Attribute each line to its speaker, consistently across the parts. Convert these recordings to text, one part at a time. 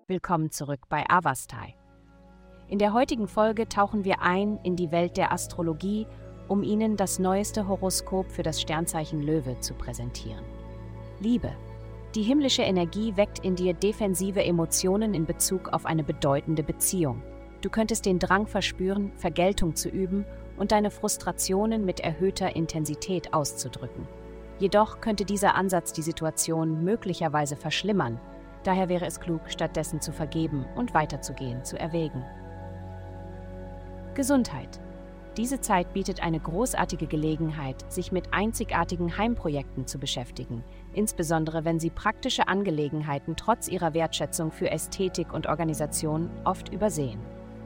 Speaker 1: Willkommen zurück bei Avastai. In der heutigen Folge tauchen wir ein in die Welt der Astrologie, um Ihnen das neueste Horoskop für das Sternzeichen Löwe zu präsentieren. Liebe. Die himmlische Energie weckt in dir defensive Emotionen in Bezug auf eine bedeutende Beziehung. Du könntest den Drang verspüren, Vergeltung zu üben und deine Frustrationen mit erhöhter Intensität auszudrücken. Jedoch könnte dieser Ansatz die Situation möglicherweise verschlimmern. Daher wäre es klug, stattdessen zu vergeben und weiterzugehen, zu erwägen. Gesundheit. Diese Zeit bietet eine großartige Gelegenheit, sich mit einzigartigen Heimprojekten zu beschäftigen, insbesondere wenn Sie praktische Angelegenheiten trotz Ihrer Wertschätzung für Ästhetik und Organisation oft übersehen.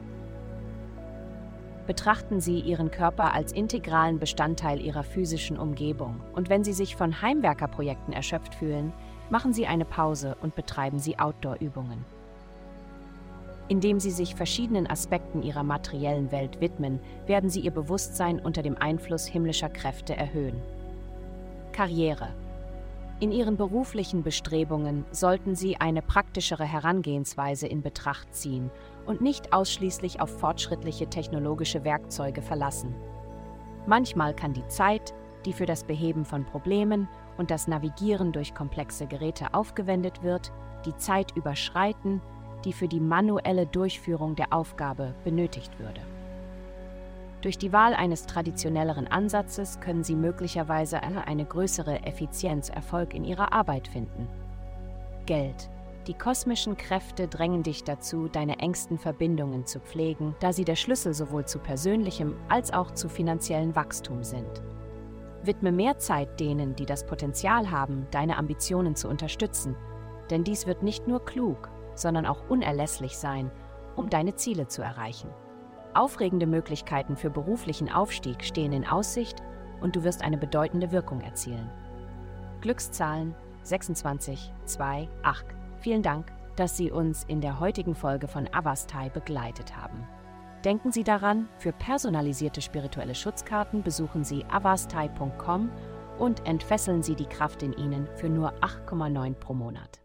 Speaker 1: Betrachten Sie Ihren Körper als integralen Bestandteil Ihrer physischen Umgebung und wenn Sie sich von Heimwerkerprojekten erschöpft fühlen, machen Sie eine Pause und betreiben Sie Outdoor-Übungen. Indem Sie sich verschiedenen Aspekten Ihrer materiellen Welt widmen, werden Sie Ihr Bewusstsein unter dem Einfluss himmlischer Kräfte erhöhen. Karriere. In Ihren beruflichen Bestrebungen sollten Sie eine praktischere Herangehensweise in Betracht ziehen und nicht ausschließlich auf fortschrittliche technologische Werkzeuge verlassen. Manchmal kann die Zeit, die für das Beheben von Problemen und das Navigieren durch komplexe Geräte aufgewendet wird, die Zeit überschreiten, die für die manuelle Durchführung der Aufgabe benötigt würde. Durch die Wahl eines traditionelleren Ansatzes können Sie möglicherweise eine größere Effizienzerfolg in Ihrer Arbeit finden. Geld. Die kosmischen Kräfte drängen dich dazu, deine engsten Verbindungen zu pflegen, da sie der Schlüssel sowohl zu persönlichem als auch zu finanziellem Wachstum sind. Widme mehr Zeit denen, die das Potenzial haben, deine Ambitionen zu unterstützen, denn dies wird nicht nur klug, sondern auch unerlässlich sein, um deine Ziele zu erreichen. Aufregende Möglichkeiten für beruflichen Aufstieg stehen in Aussicht und du wirst eine bedeutende Wirkung erzielen. Glückszahlen 26, 2, 8. Vielen Dank, dass Sie uns in der heutigen Folge von Avastai begleitet haben. Denken Sie daran, für personalisierte spirituelle Schutzkarten besuchen Sie avastai.com und entfesseln Sie die Kraft in Ihnen für nur 8,9 pro Monat.